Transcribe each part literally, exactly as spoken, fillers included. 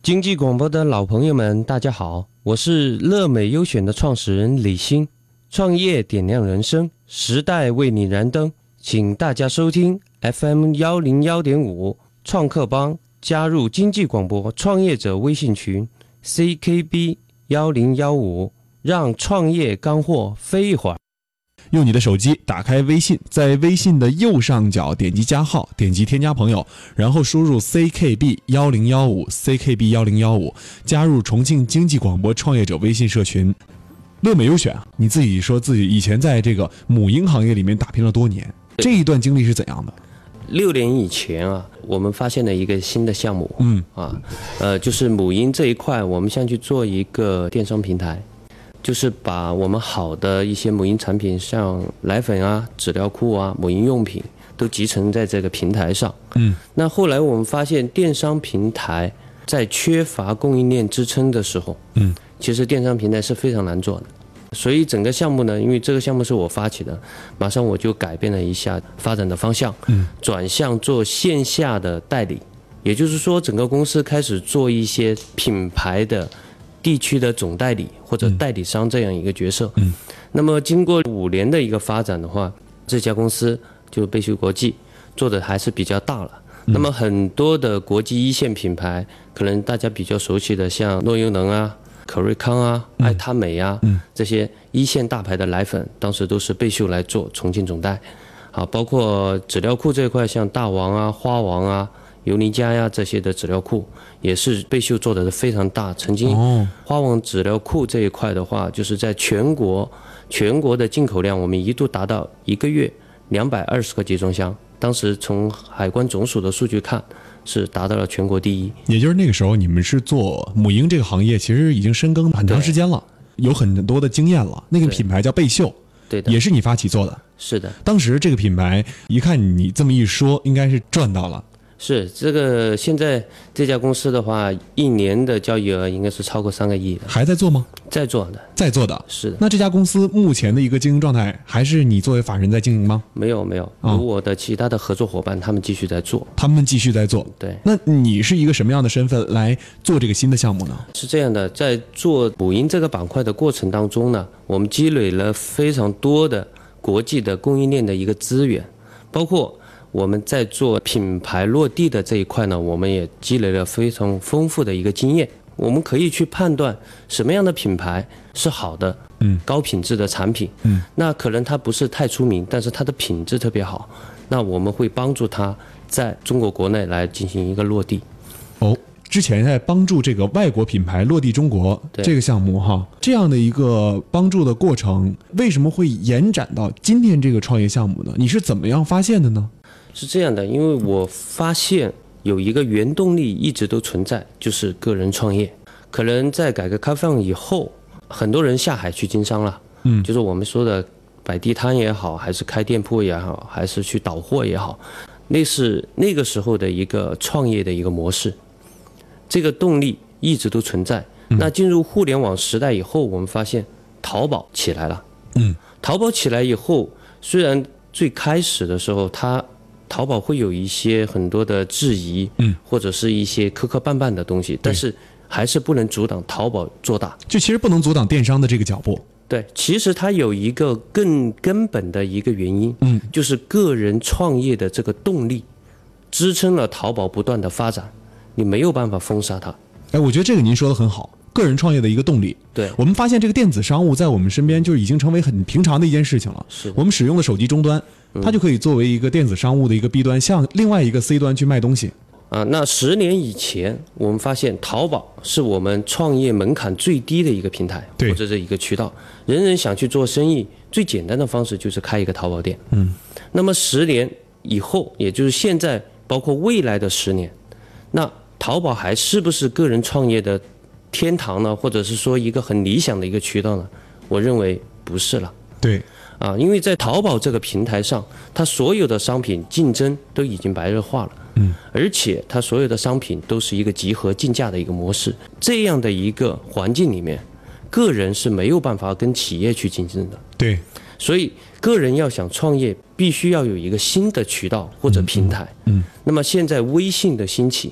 经济广播的老朋友们，大家好，我是乐美优选的创始人李欣。创业点亮人生，时代为你燃灯，请大家收听 F M 一零一点五 创客帮，加入经济广播创业者微信群 C K B 一零一五，让创业干货飞一会儿。 用你的手机打开微信，在微信的右上角点击加号，点击添加朋友，然后输入 C K B 一零一五 C K B 一零一五，加入重庆经济广播创业者微信社群。乐美优选，你自己说自己以前在这个母婴行业里面打拼了多年，这一段经历是怎样的？ 六年以前啊，我们发现了一个新的项目，嗯啊，呃，就是母婴这一块，我们想去做一个电商平台。就是把我们好的一些母婴产品，像奶粉啊、纸尿裤啊、母婴用品，都集成在这个平台上。嗯，那后来我们发现，电商平台在缺乏供应链支撑的时候，嗯，其实电商平台是非常难做的。所以整个项目呢，因为这个项目是我发起的，马上我就改变了一下发展的方向，嗯，转向做线下的代理，也就是说，整个公司开始做一些品牌的地区的总代理或者代理商这样一个角色。嗯，那么经过五年的一个发展的话，这家公司就贝秀国际做的还是比较大了。嗯，那么很多的国际一线品牌，可能大家比较熟悉的，像诺优能啊、可瑞康啊、爱他美啊，嗯，这些一线大牌的奶粉，当时都是贝秀来做重庆总代。啊，包括纸尿裤这一块，像大王啊、花王啊、尤尼佳呀这些的纸尿裤，也是贝秀做的非常大。曾经花王纸尿裤这一块的话，就是在全国全国的进口量，我们一度达到一个月两百二十个集装箱。当时从海关总署的数据看，是达到了全国第一。 也就是那个时候，你们是做母婴这个行业，其实已经深耕很长时间了，有很多的经验了。那个品牌叫贝秀， 对的， 也是你发起做的。 是的， 当时这个品牌一看你这么一说，应该是赚到了。 是这个，现在这家公司的话，一年的交易额应该是超过三个亿的。 还在做吗？ 在做的， 在做的。 是的。 那这家公司目前的一个经营状态，还是你作为法人在经营吗？ 没有没有，有我的其他的合作伙伴，他们继续在做。 他们继续在做。 对。 那你是一个什么样的身份来做这个新的项目呢？ 是这样的，在做母婴这个板块的过程当中呢，我们积累了非常多的国际的供应链的一个资源，包括我们在做品牌落地的这一块呢，我们也积累了非常丰富的一个经验。我们可以去判断什么样的品牌是好的，嗯，高品质的产品，嗯，那可能它不是太出名，但是它的品质特别好，那我们会帮助它在中国国内来进行一个落地。 哦，之前在帮助这个外国品牌落地中国这个项目哈，这样的一个帮助的过程，为什么会延展到今天这个创业项目呢？你是怎么样发现的呢？ 是这样的，因为我发现有一个原动力一直都存在，就是个人创业。可能在改革开放以后，很多人下海去经商了，嗯，就是我们说的摆地摊也好，还是开店铺也好，还是去倒货也好，那是那个时候的一个创业的一个模式。这个动力一直都存在。嗯，那进入互联网时代以后，我们发现淘宝起来了。嗯，淘宝起来以后，虽然最开始的时候它淘宝会有一些很多的质疑，嗯，或者是一些磕磕绊绊的东西，但是还是不能阻挡淘宝做大。 就其实不能阻挡电商的这个脚步。 对，其实它有一个更根本的一个原因，嗯，就是个人创业的这个动力，支撑了淘宝不断的发展，你没有办法封杀它。 哎，我觉得这个您说的很好。个人创业的一个动力。 对， 我们发现这个电子商务在我们身边就已经成为很平常的一件事情了。 是， 我们使用的手机终端，它就可以作为一个电子商务的一个 B 端，向另外一个 C 端去卖东西。 啊，那十年以前，我们发现淘宝是我们创业门槛最低的一个平台，或者是一个渠道。人人想去做生意，最简单的方式就是开一个淘宝店。嗯，那么十年以后，也就是现在，包括未来的十年，那淘宝还是不是个人创业的天堂呢？或者是说一个很理想的一个渠道呢？我认为不是了。 对。 啊，因为在淘宝这个平台上，它所有的商品竞争都已经白热化了，嗯，而且它所有的商品都是一个集合竞价的一个模式，这样的一个环境里面，个人是没有办法跟企业去竞争的， 对， 所以个人要想创业，必须要有一个新的渠道或者平台，嗯，嗯那么现在微信的兴起，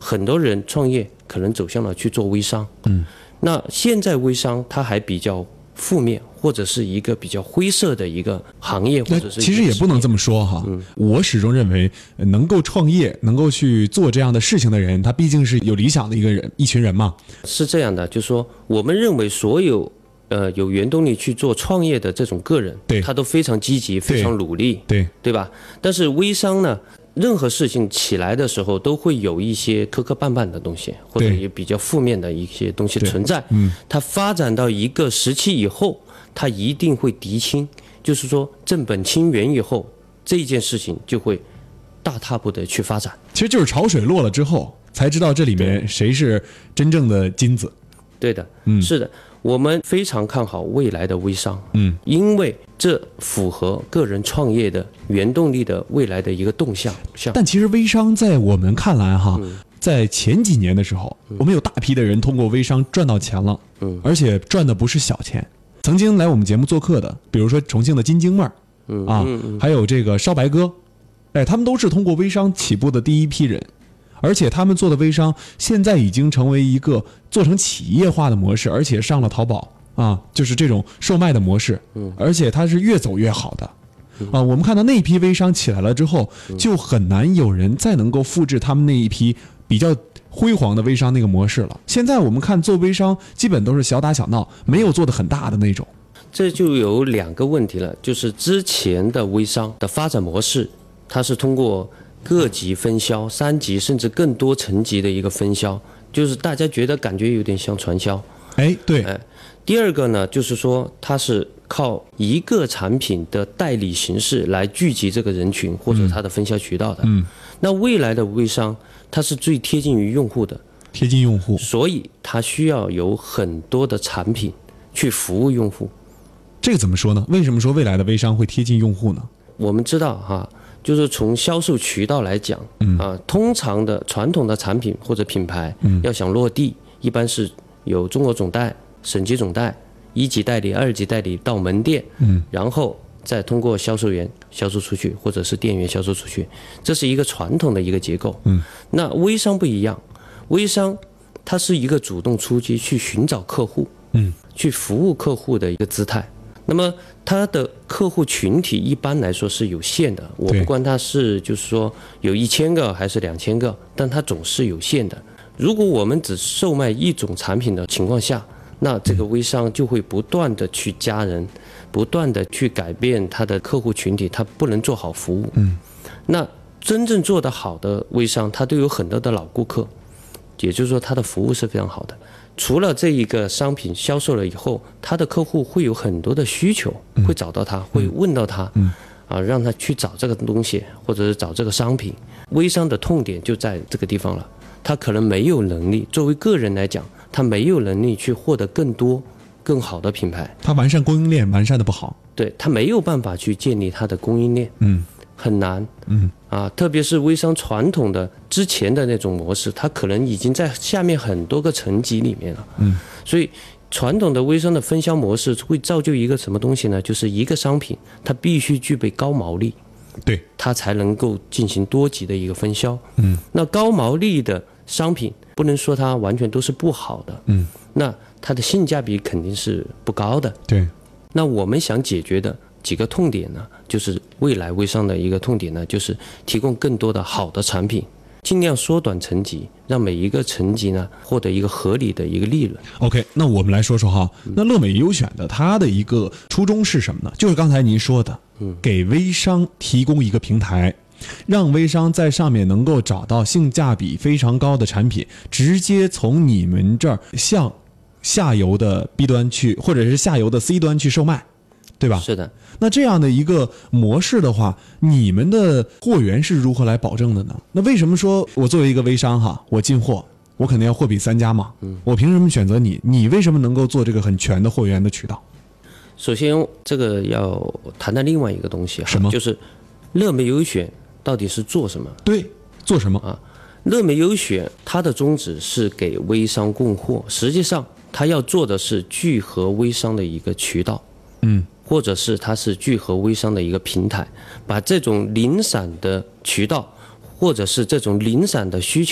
很多人创业可能走向了去做微商。嗯，那现在微商它还比较负面，或者是一个比较灰色的一个行业，或者是其实也不能这么说哈。嗯，我始终认为，能够创业、能够去做这样的事情的人，他毕竟是有理想的一个人，一群人嘛。 是这样的，就是说，我们认为所有呃有原动力去做创业的这种个人， 对， 他都非常积极、非常努力， 对对吧？但是微商呢？任何事情起来的时候，都会有一些磕磕绊绊的东西，或者也比较负面的一些东西存在。嗯，它发展到一个时期以后，它一定会涤清，就是说正本清源以后，这件事情就会大踏步的去发展。 其实就是潮水落了之后，才知道这里面谁是真正的金子。 对的，嗯，是的。我们非常看好未来的微商，嗯，因为这符合个人创业的原动力的未来的一个动向。 但其实微商在我们看来哈，嗯、在前几年的时候，嗯、我们有大批的人通过微商赚到钱了，嗯，而且赚的不是小钱。曾经来我们节目做客的，比如说重庆的金晶妹儿，嗯啊，嗯嗯、还有这个烧白哥，哎，他们都是通过微商起步的第一批人。而且他们做的微商现在已经成为一个做成企业化的模式，而且上了淘宝啊，就是这种售卖的模式，嗯，而且它是越走越好的，啊，我们看到那批微商起来了之后，就很难有人再能够复制他们那一批比较辉煌的微商那个模式了。现在我们看做微商，基本都是小打小闹，没有做得很大的那种。 这就有两个问题了，就是之前的微商的发展模式，它是通过各级分销、三级甚至更多层级的一个分销，就是大家觉得感觉有点像传销。 哎，对。 哎，第二个呢，就是说它是靠一个产品的代理形式来聚集这个人群或者它的分销渠道的。嗯。那未来的微商，它是最贴近于用户的， 贴近用户， 所以它需要有很多的产品去服务用户。 这个怎么说呢？为什么说未来的微商会贴近用户呢？ 我们知道哈。就是从销售渠道来讲，嗯啊，通常的传统的产品或者品牌，嗯，要想落地，一般是有中国总代、省级总代、一级代理、二级代理到门店，嗯，然后再通过销售员销售出去，或者是店员销售出去，这是一个传统的一个结构。嗯，那微商不一样，微商它是一个主动出击去寻找客户，嗯，去服务客户的一个姿态。那么他的客户群体一般来说是有限的，我不管他是就是说有一千个还是两千个，但他总是有限的。如果我们只售卖一种产品的情况下，那这个微商就会不断的去加人，不断的去改变他的客户群体，他不能做好服务。嗯，那真正做得好的微商，他都有很多的老顾客，也就是说他的服务是非常好的。除了这一个商品销售了以后，他的客户会有很多的需求，会找到他，会问到他，啊，让他去找这个东西，或者是找这个商品。微商的痛点就在这个地方了，他可能没有能力，作为个人来讲，他没有能力去获得更多、更好的品牌。 他完善供应链完善的不好， 对，他没有办法去建立他的供应链，嗯。很难，嗯啊，特别是微商传统的之前的那种模式，它可能已经在下面很多个层级里面了，嗯，所以传统的微商的分销模式会造就一个什么东西呢？就是一个商品它必须具备高毛利， 对， 它才能够进行多级的一个分销，嗯，那高毛利的商品不能说它完全都是不好的，嗯，那它的性价比肯定是不高的， 对， 那我们想解决的几个痛点呢，就是未来微商的一个痛点呢，就是提供更多的好的产品，尽量缩短层级，让每一个层级呢获得一个合理的一个利润。 OK， 那我们来说说哈，那乐美优选的它的一个初衷是什么呢？就是刚才您说的，给微商提供一个平台，让微商在上面能够找到性价比非常高的产品，直接从你们这儿向下游的 B 端去，或者是下游的 C 端去售卖，对吧？ 是的。 那这样的一个模式的话，你们的货源是如何来保证的呢？那为什么说我作为一个微商哈，我进货我肯定要货比三家嘛，嗯，我凭什么选择你？你为什么能够做这个很全的货源的渠道？ 首先这个要谈谈另外一个东西， 什么？ 就是乐美优选到底是做什么？ 对，做什么啊？乐美优选它的宗旨是给微商供货，实际上它要做的是聚合微商的一个渠道，嗯，或者是它是聚合微商的一个平台，把这种零散的渠道或者是这种零散的需求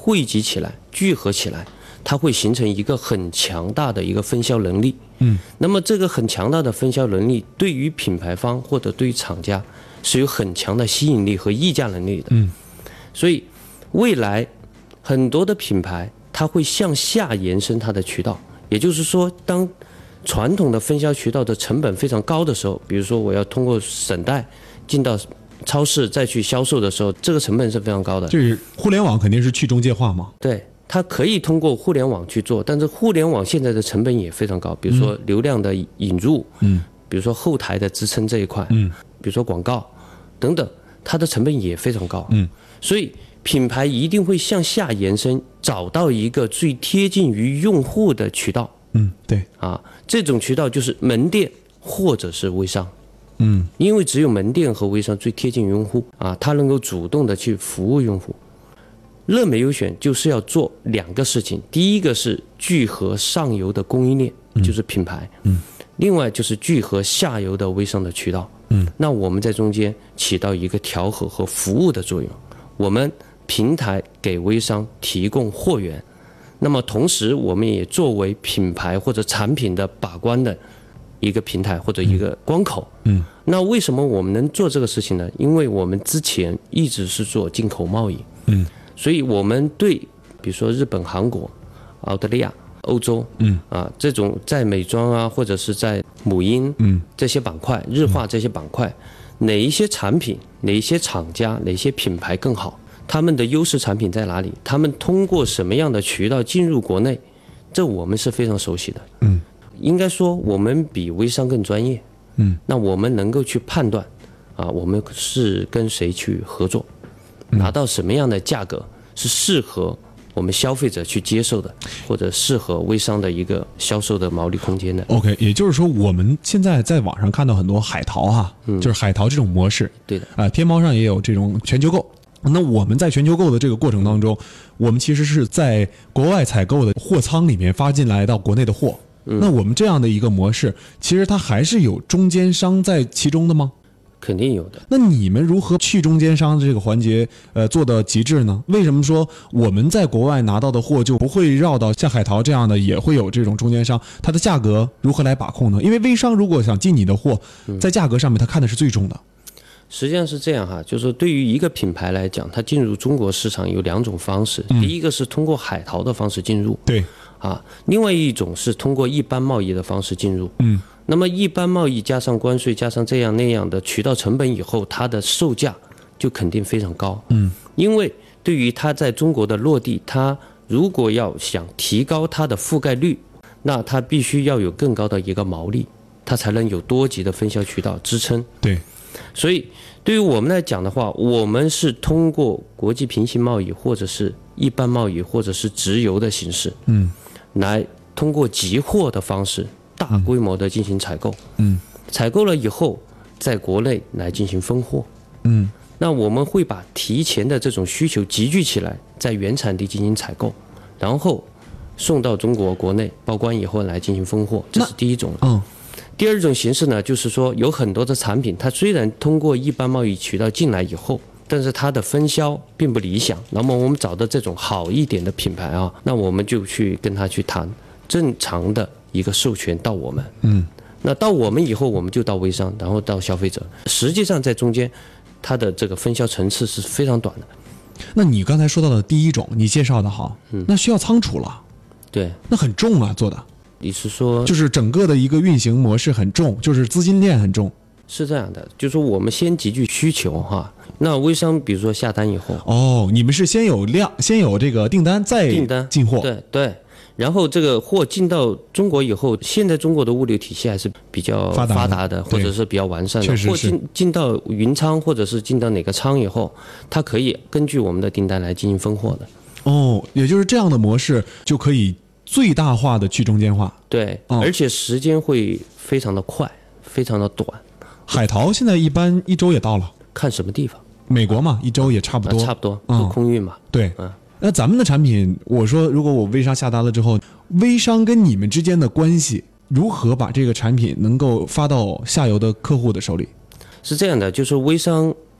汇集起来、聚合起来，它会形成一个很强大的一个分销能力。 嗯， 那么这个很强大的分销能力，对于品牌方或者对于厂家是有很强的吸引力和议价能力的。 嗯， 所以未来很多的品牌，它会向下延伸它的渠道，也就是说，当传统的分销渠道的成本非常高的时候，比如说我要通过省代进到超市再去销售的时候，这个成本是非常高的。 就是互联网肯定是去中介化嘛。 对，它可以通过互联网去做，但是互联网现在的成本也非常高，比如说流量的引入， 嗯， 比如说后台的支撑这一块， 嗯， 比如说广告等等，它的成本也非常高， 嗯， 所以品牌一定会向下延伸，找到一个最贴近于用户的渠道。 嗯，对啊，这种渠道就是门店或者是微商。 嗯， 因为只有门店和微商最贴近用户啊，它能够主动的去服务用户。乐美优选就是要做两个事情，第一个是聚合上游的供应链，就是品牌， 嗯， 另外就是聚合下游的微商的渠道， 嗯， 那我们在中间起到一个调和和服务的作用。我们平台给微商提供货源，那么同时我们也作为品牌或者产品的把关的一个平台或者一个关口。 嗯， 那为什么我们能做这个事情呢？因为我们之前一直是做进口贸易。 嗯， 所以我们对比如说日本、韩国、澳大利亚、欧洲， 嗯啊，这种在美妆啊或者是在母婴， 嗯， 这些板块、日化这些板块，哪一些产品、哪一些厂家、哪些品牌更好？他们的优势产品在哪里？他们通过什么样的渠道进入国内？这我们是非常熟悉的。 嗯， 应该说我们比微商更专业。 嗯， 那我们能够去判断，啊，我们是跟谁去合作，拿到什么样的价格是适合我们消费者去接受的，或者适合微商的一个销售的毛利空间的。 OK， 也就是说，我们现在在网上看到很多海淘哈，嗯、就是海淘这种模式。 对的。 啊、呃，天猫上也有这种全球购。那我们在全球购的这个过程当中，我们其实是在国外采购的货仓里面发进来到国内的货。嗯、那我们这样的一个模式，其实它还是有中间商在其中的吗？ 肯定有的。 那你们如何去中间商这个环节，呃，做到极致呢？为什么说我们在国外拿到的货就不会绕到像海淘这样的，也会有这种中间商？它的价格如何来把控呢？因为微商如果想进你的货，在价格上面他看的是最重的。 实际上是这样哈，就是对于一个品牌来讲，它进入中国市场有两种方式，嗯、第一个是通过海淘的方式进入， 对， 啊，另外一种是通过一般贸易的方式进入， 嗯， 那么一般贸易加上关税加上这样那样的渠道成本以后，它的售价就肯定非常高， 嗯， 因为对于它在中国的落地，它如果要想提高它的覆盖率，那它必须要有更高的一个毛利，它才能有多级的分销渠道支撑， 对。 所以对于我们来讲的话，我们是通过国际平行贸易或者是一般贸易或者是直邮的形式， 嗯， 来通过集货的方式大规模的进行采购， 嗯， 采购了以后在国内来进行分货， 嗯， 那我们会把提前的这种需求集聚起来，在原产地进行采购，然后送到中国国内报关以后来进行分货，这是第一种。 嗯。 第二种形式呢，就是说有很多的产品，它虽然通过一般贸易渠道进来以后，但是它的分销并不理想。那么我们找到这种好一点的品牌啊，那我们就去跟他去谈正常的一个授权到我们。 嗯， 那到我们以后，我们就到微商，然后到消费者。实际上在中间，它的这个分销层次是非常短的。 那你刚才说到的第一种，你介绍的好，嗯，那需要仓储了。 对， 那很重啊，做的。 你是说就是整个的一个运行模式很重，就是资金链很重， 是这样的，就是说我们先集聚需求哈，那微商比如说下单以后， 哦，你们是先有量，先有这个订单，再订单进货， 对对，然后这个货进到中国以后，现在中国的物流体系还是比较发达的， 发达的或者是比较完善的， 确实是货进进到云仓或者是进到哪个仓以后，它可以根据我们的订单来进行分货的。 哦，也就是这样的模式就可以最大化的去中间化， 对， 哦、 而且时间会非常的快，非常的短。 海淘现在一般一周也到了， 看什么地方？ 美国嘛，一周也差不多， 啊、差不多，就空运嘛。 嗯、对， 嗯。 那咱们的产品，我说如果我微商下单了之后，微商跟你们之间的关系，如何把这个产品能够发到下游的客户的手里？ 是这样的，就是微商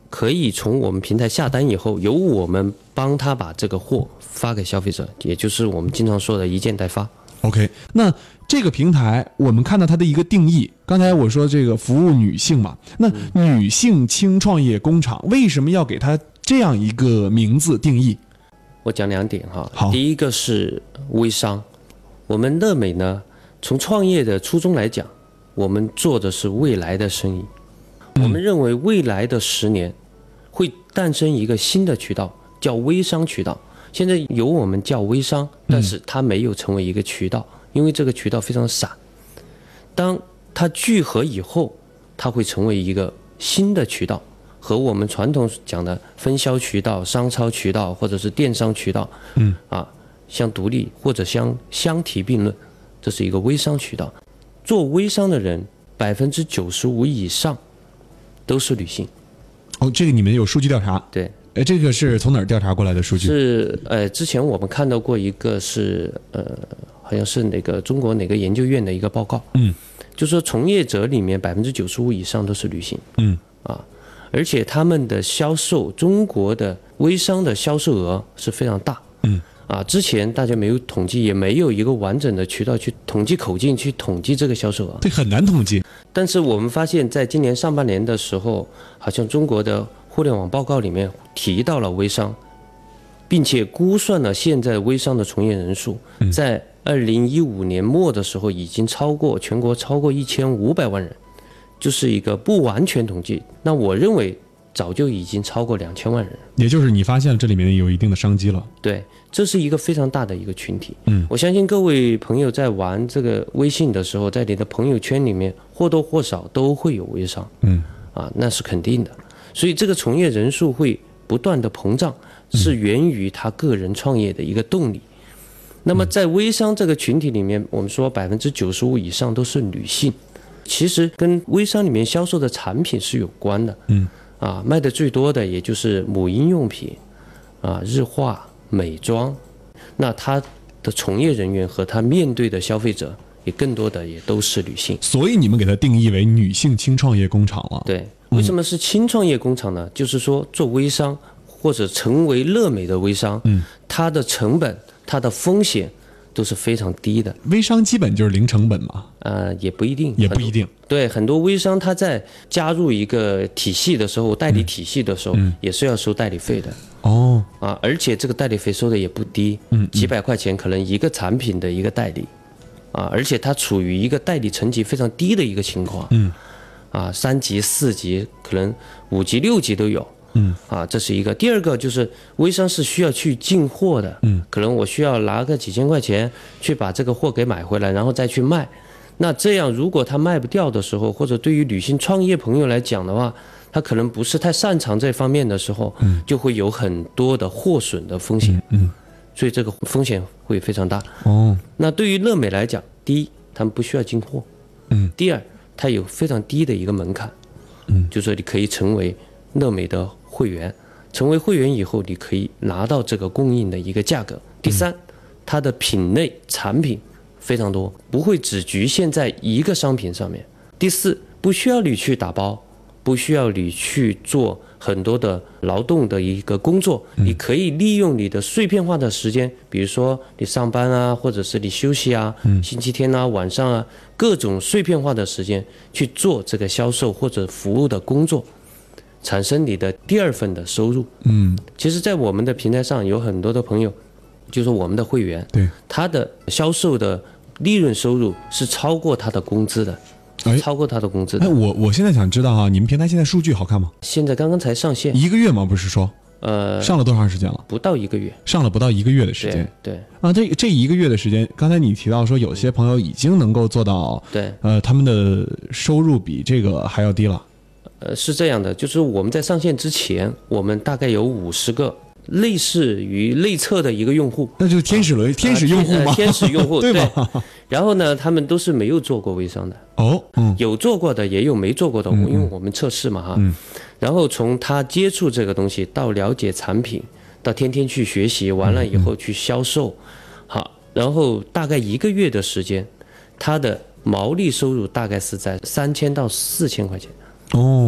可以从我们平台下单以后，由我们帮他把这个货发给消费者，也就是我们经常说的一件代发。 OK， 那这个平台我们看到它的一个定义，刚才我说这个服务女性嘛，那女性轻创业工厂为什么要给它这样一个名字定义？ 我讲两点哈。 好， 第一个是微商，我们乐美呢，从创业的初衷来讲，我们做的是未来的生意。我们认为未来的十年会诞生一个新的渠道，叫微商渠道。现在由我们叫微商，但是它没有成为一个渠道，因为这个渠道非常散。当它聚合以后，它会成为一个新的渠道，和我们传统讲的分销渠道、商超渠道或者是电商渠道，嗯啊，相独立或者相相提并论，这是一个微商渠道。做微商的人，百分之九十五以上都是女性。 哦，这个你们有数据调查？ 对。 哎，这个是从哪儿调查过来的数据？ 是呃，之前我们看到过一个是呃，好像是哪个中国哪个研究院的一个报告，嗯，就说从业者里面百分之九十五以上都是女性，嗯啊，而且他们的销售，中国的微商的销售额是非常大，嗯啊，之前大家没有统计，也没有一个完整的渠道去统计口径，去统计这个销售额， 对，很难统计。 但是我们发现，在今年上半年的时候，好像中国的互联网报告里面提到了微商，并且估算了现在微商的从业人数，在二零一五年末的时候已经超过全国超过一千五百万人，就是一个不完全统计。那我认为早就已经超过两千万人， 也就是你发现了这里面有一定的商机了。 对，这是一个非常大的一个群体。嗯，我相信各位朋友在玩这个微信的时候，在你的朋友圈里面或多或少都会有微商。嗯，啊，那是肯定的。所以这个从业人数会不断的膨胀，是源于他个人创业的一个动力。那么在微商这个群体里面，我们说百分之九十五以上都是女性，其实跟微商里面销售的产品是有关的。嗯，啊，卖的最多的也就是母婴用品，啊，日化、美妆，那他的从业人员和他面对的消费者也更多的也都是女性。所以你们给它定义为女性轻创业工厂了。 对。为什么是轻创业工厂呢？就是说做微商或者成为乐美的微商，嗯，它的成本、它的风险都是非常低的。 微商基本就是零成本嘛？ 呃，也不一定， 也不一定。 对，很多微商它在加入一个体系的时候，代理体系的时候，嗯、也是要收代理费的。哦，啊，而且这个代理费收的也不低，嗯，几百块钱可能一个产品的一个代理，啊，而且它处于一个代理层级非常低的一个情况，嗯。啊，三级、四级，可能五级、六级都有。嗯，啊，这是一个。第二个就是微商是需要去进货的。嗯，可能我需要拿个几千块钱去把这个货给买回来，然后再去卖。那这样，如果他卖不掉的时候，或者对于女性创业朋友来讲的话，他可能不是太擅长这方面的时候，嗯，就会有很多的货损的风险。嗯，嗯所以这个风险会非常大。哦，那对于乐美来讲，第一，他们不需要进货。嗯，第二。它有非常低的一个门槛，嗯，就是说你可以成为乐美的会员，成为会员以后，你可以拿到这个供应的一个价格。第三，它的品类产品非常多，不会只局限在一个商品上面。第四，不需要你去打包，不需要你去做很多的劳动的一个工作，你可以利用你的碎片化的时间，比如说你上班啊，或者是你休息啊，星期天啊、晚上啊，各种碎片化的时间去做这个销售或者服务的工作，产生你的第二份的收入。嗯，其实，在我们的平台上有很多的朋友，就是我们的会员，对他的销售的利润收入是超过他的工资的。超过他的工资的。 哎，我我现在想知道哈，你们平台现在数据好看吗？ 现在刚刚才上线一个月吗？不是说，呃，上了多长时间了？ 不到一个月， 上了不到一个月的时间。 对，对啊，这这一个月的时间，刚才你提到说有些朋友已经能够做到， 对， 呃，他们的收入比这个还要低了。 呃，是这样的，就是我们在上线之前，我们大概有五十个类似于内测的一个用户， 那就是天使轮、啊、天使用户吗？ 呃、天使用户对吧？ 对。然后呢，他们都是没有做过微商的哦，嗯，有做过的也有没做过的，嗯、因为我们测试嘛哈。嗯。然后从他接触这个东西到了解产品，到天天去学习，完了以后去销售，嗯、好，然后大概一个月的时间，他的毛利收入大概是在三千到四千块钱。 哦。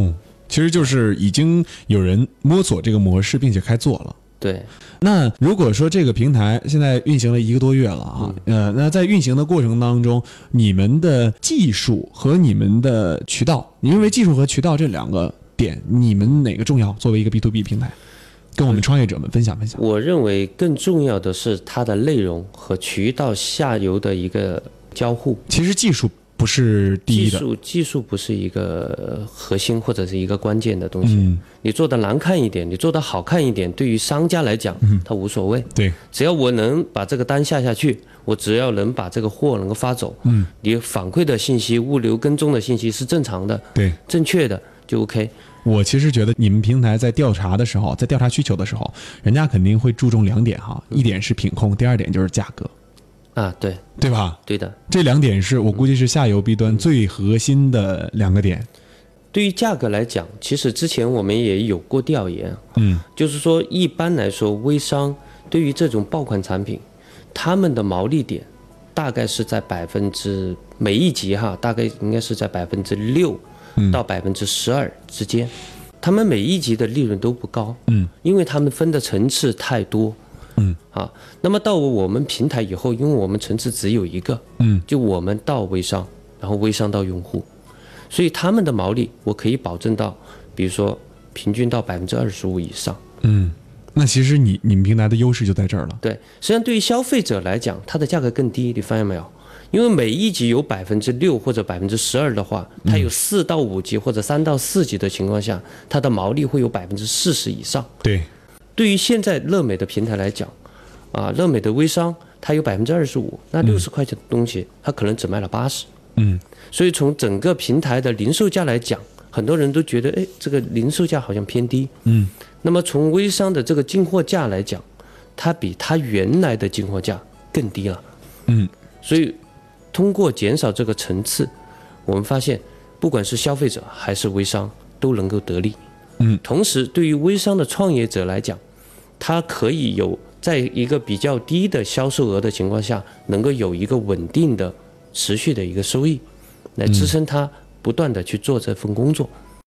其实就是已经有人摸索这个模式，并且开做了。 对， 那如果说这个平台现在运行了一个多月了啊，嗯、呃，那在运行的过程当中，你们的技术和你们的渠道，你认为技术和渠道这两个点，你们哪个重要？作为一个 B to B 平台，跟我们创业者们分享分享。 我认为更重要的是它的内容和渠道下游的一个交互。 其实技术不是第一的， 技术技术不是一个核心或者是一个关键的东西。 嗯， 你做的难看一点，你做的好看一点，对于商家来讲，嗯、他无所谓。 对， 只要我能把这个单下下去，我只要能把这个货能够发走，嗯，你反馈的信息、物流跟踪的信息是正常的， 对， 正确的就 OK。 我其实觉得你们平台在调查的时候，在调查需求的时候，人家肯定会注重两点哈，一点是品控，第二点就是价格。 啊，对， 对吧？ 对的， 这两点是我估计是下游 B 端最核心的两个点。 对于价格来讲，其实之前我们也有过调研， 嗯， 就是说一般来说，微商对于这种爆款产品，他们的毛利点大概是在百分之每一级哈，大概应该是在百分之六到百分之十二之间，他们每一级的利润都不高，嗯，因为他们分的层次太多。嗯，啊，那么到我们平台以后，因为我们层次只有一个，嗯，就我们到微商，然后微商到用户，所以他们的毛利我可以保证到，比如说平均到百分之二十五以上。 嗯，那其实你你们平台的优势就在这儿了。 对，实际上对于消费者来讲，它的价格更低，你发现没有？因为每一级有百分之六或者百分之十二的话，它有四到五级或者三到四级的情况下，它的毛利会有百分之四十以上。 对。 对于现在乐美的平台来讲，啊，乐美的微商它有百分之二十五，那六十块钱的东西，它可能只卖了八十。嗯，所以从整个平台的零售价来讲，很多人都觉得，哎，这个零售价好像偏低。嗯，那么从微商的这个进货价来讲，它比它原来的进货价更低了。嗯，所以通过减少这个层次，我们发现，不管是消费者还是微商都能够得利。嗯，同时对于微商的创业者来讲，它可以有在一个比较低的销售额的情况下，能够有一个稳定的、持续的一个收益，来支撑它不断的去做这份工作。